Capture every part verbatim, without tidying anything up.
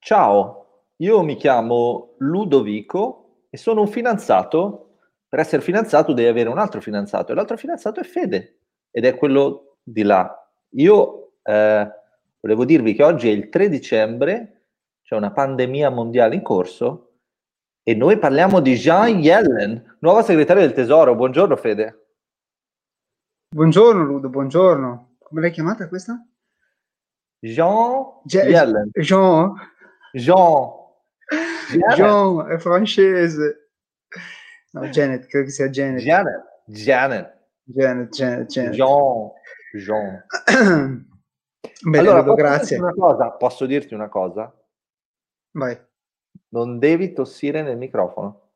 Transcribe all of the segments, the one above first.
Ciao, io mi chiamo Ludovico e sono un fidanzato. Per essere fidanzato devi avere un altro fidanzato e l'altro fidanzato è Fede ed è quello di là. Io eh, volevo dirvi che oggi è il tre dicembre, c'è una pandemia mondiale in corso e noi parliamo di Jean Yellen, nuova segretaria del Tesoro. Buongiorno Fede. Buongiorno Ludo, buongiorno. Come l'hai chiamata questa? Jean Ge- Ge- Yellen. Jean? Jean. Janet. Jean, è francese. No, Janet, credo che sia Janet. Janet. Janet. Janet, Janet, Janet. Jean. Jean. Bene Allora, Ludo, posso dirti grazie. una cosa? Posso dirti una cosa? Vai. Non devi tossire nel microfono.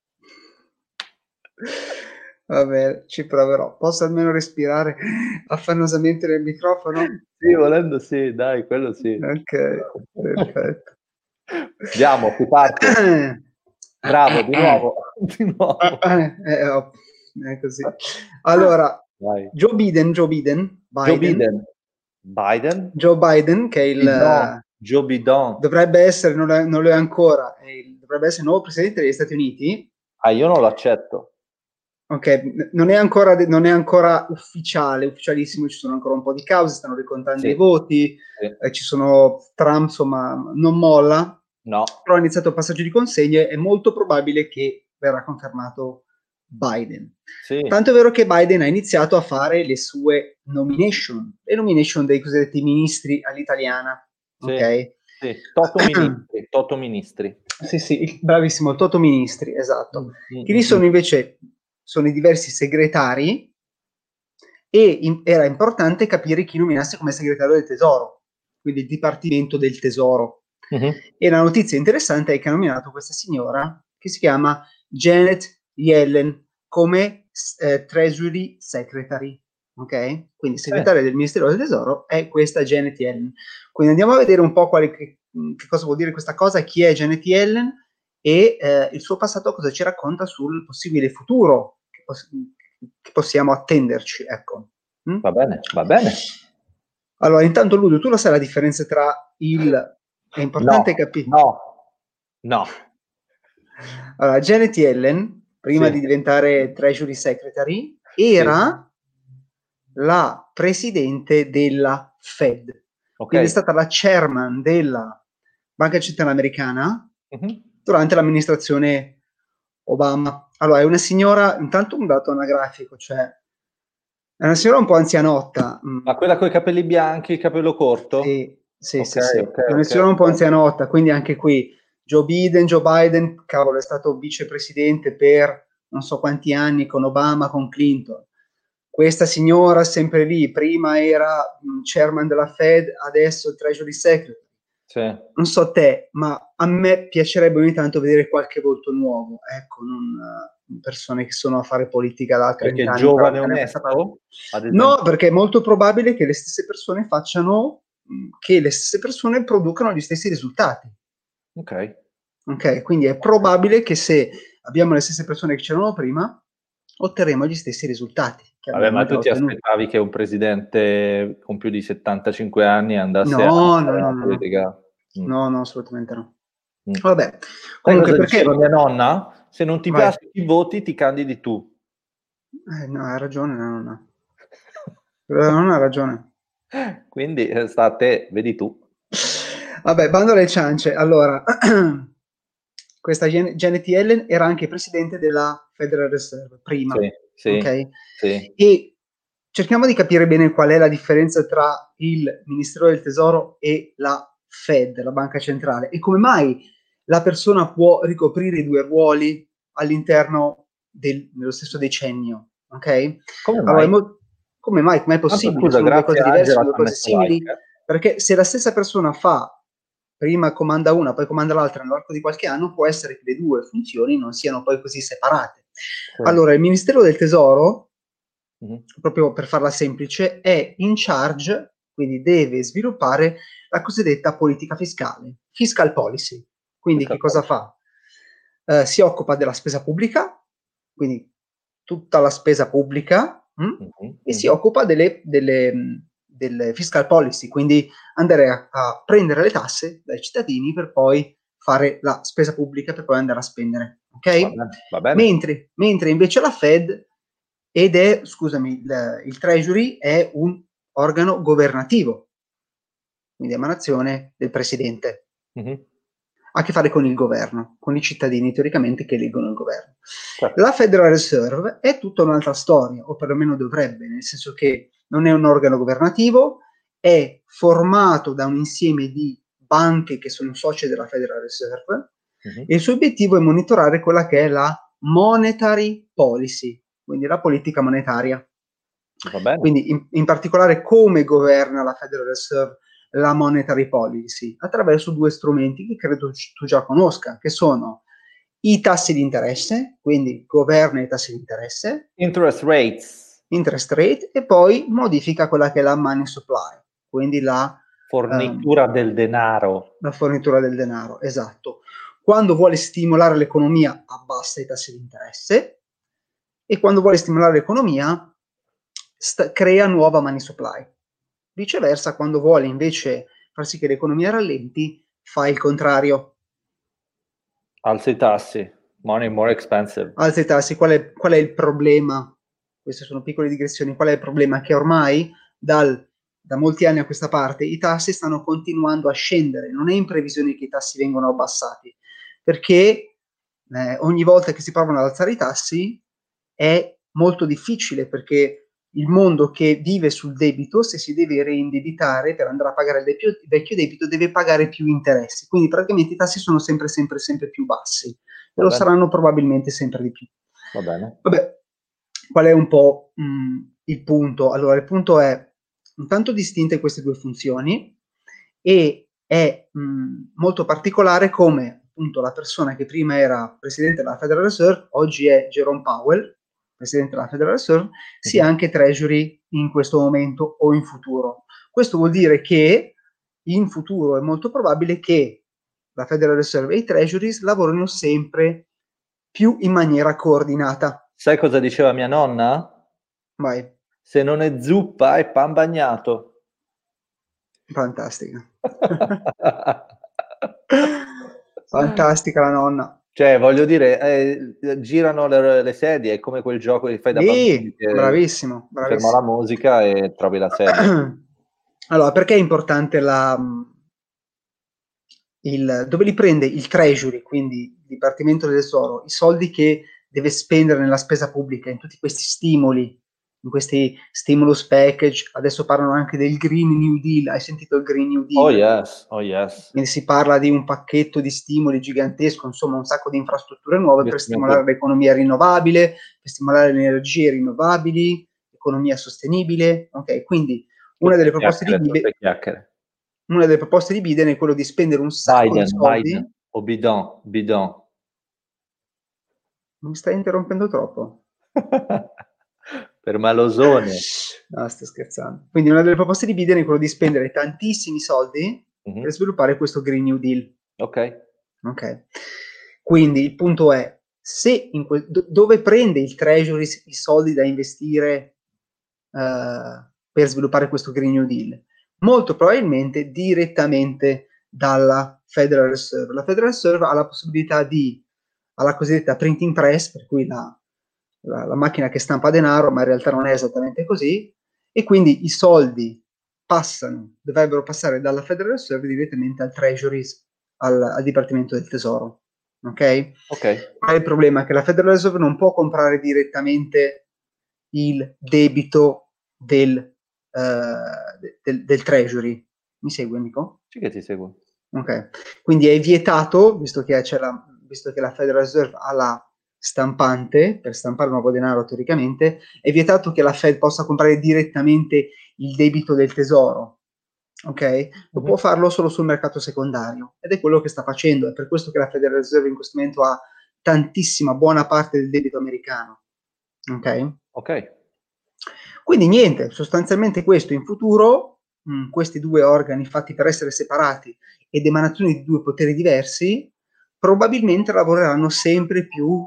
Va bene, ci proverò. Posso almeno respirare affannosamente nel microfono? Sì, volendo sì, dai, quello sì. Ok, perfetto. Andiamo, si parte. Bravo, di nuovo. Di nuovo. Eh, eh, oh, è così. Allora, Vai. Joe Biden, Joe Biden, Joe Biden, Biden. Biden? Joe Biden, che è il Bidon. Joe Bidon. dovrebbe essere, non, è, non lo è ancora, è il, dovrebbe essere il nuovo presidente degli Stati Uniti. Ah, io non lo accetto. Ok, n- non è ancora, de- non è ancora ufficiale, ufficialissimo, ci sono ancora un po' di cause, stanno ricontando Sì. i voti, Sì. eh, ci sono Trump, insomma, non molla, No. però ha iniziato il passaggio di consegne, è molto probabile che verrà confermato Biden. Sì. Tanto è vero che Biden ha iniziato a fare le sue nomination, le nomination dei cosiddetti ministri all'italiana, Sì. ok? Sì. Toto ministri. Toto ministri. Sì, sì, il- bravissimo, il Toto Ministri, esatto. Mm, mm, Chi lì mm, sono mm. invece sono i diversi segretari e in- era importante capire chi nominasse come segretario del Tesoro, quindi il Dipartimento del Tesoro. Mhm. E la notizia interessante è che ha nominato questa signora che si chiama Janet Yellen come eh, Treasury Secretary, ok? Quindi segretaria del Ministero del Tesoro è questa Janet Yellen. Quindi andiamo a vedere un po' quali, che, che cosa vuol dire questa cosa, chi è Janet Yellen e eh, il suo passato cosa ci racconta sul possibile futuro che, poss- che possiamo attenderci, ecco. Mm? Va bene, va bene. Allora, intanto Ludo, tu lo sai la differenza tra il... È importante No, capire... no, no. Allora, Janet Yellen, prima Sì. di diventare Treasury Secretary, Sì. era la presidente della Fed. Ok. Quindi è stata la chairman della Banca Centrale Americana Mhm. durante l'amministrazione Obama. Allora, è una signora, intanto un dato anagrafico, cioè è una signora un po' anzianotta. mm, Ma quella con i capelli bianchi, il capello corto? Sì, sì, Ok, sì, sì. ok, È una ok, signora un po' ok. anzianotta, quindi anche qui Joe Biden, Joe Biden, cavolo, è stato vicepresidente per non so quanti anni con Obama, con Clinton. Questa signora sempre lì, prima era mh, chairman della Fed, adesso Treasury Secretary. Sì. Non so te, ma a me piacerebbe ogni tanto vedere qualche volto nuovo, ecco, non eh, persone che sono a fare politica da Perché trenta anni, giovane e quaranta anni a questa parte. onesto, ad No, esempio. perché è molto probabile che le stesse persone facciano, mh, che le stesse persone producano gli stessi risultati. Ok. Ok, quindi è probabile che se abbiamo le stesse persone che c'erano prima, otterremo gli stessi risultati che Vabbè, abbiamo ma già tu ti ottenuto. aspettavi che un presidente con più di settantacinque anni andasse a No, no, fare no, la no, no, politica? Mm. no, no, assolutamente no. Mm. Vabbè, Sai comunque cosa diceva perché... mia nonna? Se non ti Vai. piace chi voti, ti candidi tu. Eh, no, hai ragione, la nonna. La nonna ha ragione. Quindi eh, sta a te, vedi tu. Vabbè, bando alle ciance. Allora, questa Jan- Janet Yellen era anche presidente della Federal Reserve prima, Sì, sì, ok? sì. E cerchiamo di capire bene qual è la differenza tra il Ministero del Tesoro e la Fed, la banca centrale, e come mai la persona può ricoprire i due ruoli all'interno del, dello stesso decennio, ok? Come Allora, è mai? mo- come mai? Com'è Tanto possibile? scusa, Sono due grazie cose a diverse, Angela sono che due ha cose messo simili? like. Perché se la stessa persona fa, prima comanda una, poi comanda l'altra nell'arco di qualche anno, può essere che le due funzioni non siano poi così separate. Sì. Allora, il Ministero del Tesoro, Mhm. proprio per farla semplice, è in charge, quindi deve sviluppare la cosiddetta politica fiscale, fiscal policy. Quindi che cosa fa? Eh, si occupa della spesa pubblica, quindi tutta la spesa pubblica, mh? Mhm, E si mhm. occupa delle, delle, del fiscal policy, quindi andare a, a prendere le tasse dai cittadini per poi fare la spesa pubblica, per poi andare a spendere, ok? Va bene, va bene. Mentre, mentre invece la Fed, ed è, scusami, il, il Treasury è un organo governativo, quindi emanazione del presidente. Mm-hmm. Ha a che fare con il governo, con i cittadini teoricamente che eleggono il governo. Certo. La Federal Reserve è tutta un'altra storia, o perlomeno dovrebbe, nel senso che non è un organo governativo, è formato da un insieme di banche che sono socie della Federal Reserve, mm-hmm. e il suo obiettivo è monitorare quella che è la monetary policy, quindi la politica monetaria. Va bene. Quindi in, in particolare come governa la Federal Reserve la monetary policy, attraverso due strumenti che credo tu già conosca, che sono i tassi di interesse, quindi governa i tassi di interesse, interest rates, interest rate, e poi modifica quella che è la money supply, quindi la fornitura um, del denaro. La fornitura del denaro, esatto. Quando vuole stimolare l'economia abbassa i tassi di interesse, e quando vuole stimolare l'economia sta, crea nuova money supply. Viceversa, quando vuole invece far sì che l'economia rallenti, fa il contrario. Alza i tassi, money more expensive. Alza i tassi, qual è, qual è il problema? Queste sono piccole digressioni. Qual è il problema? Che ormai dal, da molti anni a questa parte i tassi stanno continuando a scendere. Non è in previsione che i tassi vengano abbassati, perché eh, ogni volta che si provano ad alzare i tassi è molto difficile, perché il mondo che vive sul debito, se si deve reindebitare per andare a pagare il vecchio, il vecchio debito, deve pagare più interessi. Quindi praticamente i tassi sono sempre, sempre, sempre più bassi. E lo saranno probabilmente sempre di più. Va bene. Vabbè, qual è un po' mh, il punto? Allora, il punto è intanto distinte queste due funzioni, e è mh, molto particolare come appunto la persona che prima era presidente della Federal Reserve, oggi è Jerome Powell, presidente della Federal Reserve, sia anche Treasury in questo momento o in futuro. Questo vuol dire che in futuro è molto probabile che la Federal Reserve e i Treasuries lavorino sempre più in maniera coordinata. Sai cosa diceva mia nonna? Vai. Se non è zuppa è pan bagnato. Fantastica. Fantastica la nonna. Cioè, voglio dire, eh, girano le, le sedie, è come quel gioco che fai da bambini. Sì, bravissimo, bravissimo. Fermo la musica e trovi la sedia. Allora, perché è importante la... Il, dove li prende il Treasury, quindi il Dipartimento del Tesoro, i soldi che deve spendere nella spesa pubblica, in tutti questi stimoli, in questi stimulus package, adesso parlano anche del Green New Deal, hai sentito il Green New Deal? Oh yes, oh yes. Quindi si parla di un pacchetto di stimoli gigantesco, insomma un sacco di infrastrutture nuove per stimolare l'economia rinnovabile, per stimolare le energie rinnovabili, economia sostenibile, ok? Quindi una delle proposte di Biden, una delle proposte di Biden è quello di spendere un sacco Biden, di soldi. Biden, o Bidon, Bidon. Mi stai interrompendo troppo? Per malosone. No, sto scherzando. Quindi una delle proposte di Biden è quello di spendere tantissimi soldi mm-hmm. per sviluppare questo Green New Deal. Ok. Ok. Quindi il punto è, se in que- do- dove prende il Treasury i soldi da investire uh, per sviluppare questo Green New Deal? Molto probabilmente direttamente dalla Federal Reserve. La Federal Reserve ha la possibilità di, ha la cosiddetta printing press, per cui la, la, la macchina che stampa denaro, ma in realtà non è esattamente così, e quindi i soldi passano, dovrebbero passare dalla Federal Reserve direttamente al Treasury, al, al Dipartimento del Tesoro. Ok? Ok. Qual è il problema? Che la Federal Reserve non può comprare direttamente il debito del Uh, del, del Treasury. Mi segue, Nico? Sì che ti seguo. Ok, quindi è vietato, visto che, c'è la, visto che la Federal Reserve ha la stampante per stampare nuovo denaro teoricamente, è vietato che la Fed possa comprare direttamente il debito del tesoro. Ok? Lo Mm-hmm. può farlo solo sul mercato secondario, ed è quello che sta facendo. È per questo che la Federal Reserve in questo momento ha tantissima, buona parte del debito americano. Ok? Ok. Quindi niente, sostanzialmente questo in futuro, mh, questi due organi fatti per essere separati ed emanazioni di due poteri diversi, probabilmente lavoreranno sempre più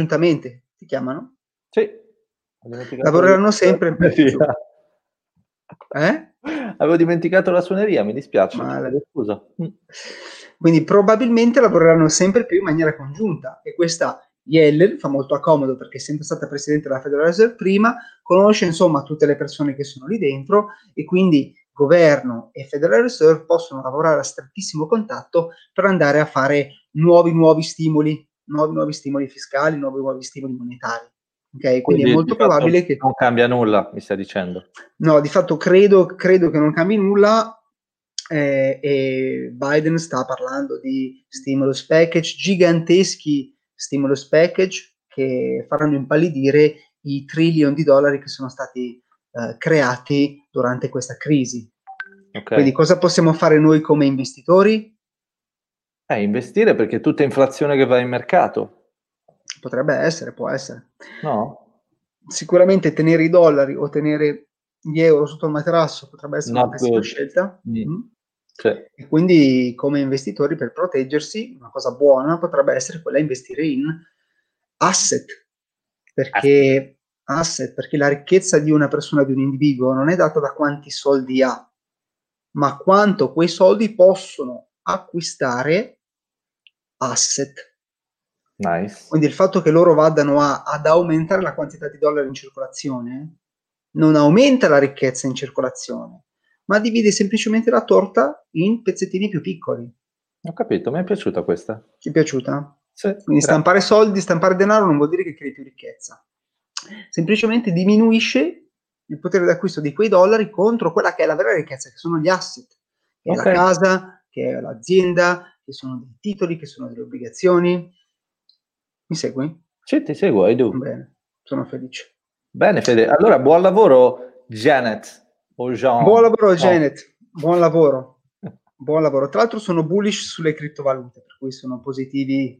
congiuntamente. Ti chiamano? Sì. Lavoreranno sempre più. Eh? Avevo dimenticato la suoneria, mi dispiace. Male. Scusa. Quindi probabilmente lavoreranno sempre più in maniera congiunta e questa Yellen fa molto comodo perché è sempre stata presidente della Federal Reserve prima, conosce insomma tutte le persone che sono lì dentro e quindi governo e Federal Reserve possono lavorare a strettissimo contatto per andare a fare nuovi nuovi stimoli, nuovi nuovi stimoli fiscali, nuovi nuovi stimoli monetari. Okay? Quindi, quindi è molto probabile che non cambia nulla, mi stai dicendo? No, di fatto credo, credo che non cambi nulla. Eh, e Biden sta parlando di stimulus package, giganteschi stimulus package che faranno impallidire i trillion di dollari che sono stati eh, creati durante questa crisi. Okay. Quindi cosa possiamo fare noi come investitori? Eh, investire perché tutta inflazione che va in mercato. Potrebbe essere, può essere. No? Sicuramente tenere i dollari o tenere gli euro sotto il materasso potrebbe essere Not una pessima good. scelta. Mm. Mm. Sì. E quindi come investitori per proteggersi una cosa buona potrebbe essere quella di investire in asset, perché asset, perché la ricchezza di una persona, di un individuo non è data da quanti soldi ha, ma quanto quei soldi possono acquistare asset. Nice. Quindi il fatto che loro vadano a, ad aumentare la quantità di dollari in circolazione non aumenta la ricchezza in circolazione, ma divide semplicemente la torta in pezzettini più piccoli. Ho capito, mi è piaciuta questa. Ti è piaciuta? Sì, Quindi grazie. stampare soldi, stampare denaro non vuol dire che crei più ricchezza. Semplicemente diminuisce il potere d'acquisto di quei dollari contro quella che è la vera ricchezza, che sono gli asset, che okay. è la casa, che è l'azienda, che sono dei titoli, che sono delle obbligazioni. Mi segui? Sì, ti seguo, I do. Bene, sono felice. Bene, Fede. Allora, buon lavoro, Janet. O Jean. Buon lavoro, no. Janet. Buon lavoro. Buon lavoro. Tra l'altro sono bullish sulle criptovalute, per cui sono positivi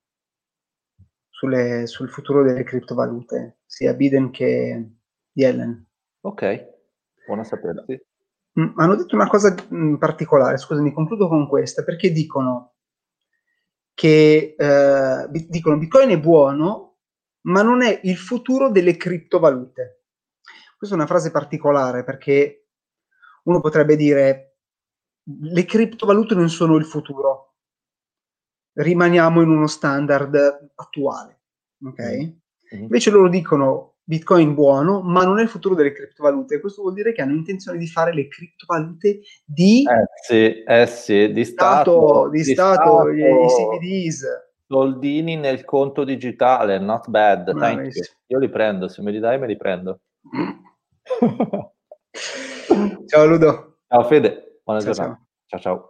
sulle, sul futuro delle criptovalute, sia Biden che Yellen. Ok, buona sapersi. Mm, hanno detto una cosa mm, particolare, scusami, concludo con questa, perché dicono che eh, dicono Bitcoin è buono, ma non è il futuro delle criptovalute. Questa è una frase particolare perché uno potrebbe dire le criptovalute non sono il futuro, rimaniamo in uno standard attuale, ok? Mm-hmm. Invece loro dicono Bitcoin buono, ma non è il futuro delle criptovalute. Questo vuol dire che hanno intenzione di fare le criptovalute di eh sì, eh sì, di stato, stato, di, di stato, stato, gli, i C B Ds. Soldini nel conto digitale, not bad, thank you. Io li prendo, se me li dai me li prendo. Ciao Ludo. Ciao Fede, buona ciao, giornata. Ciao ciao. ciao.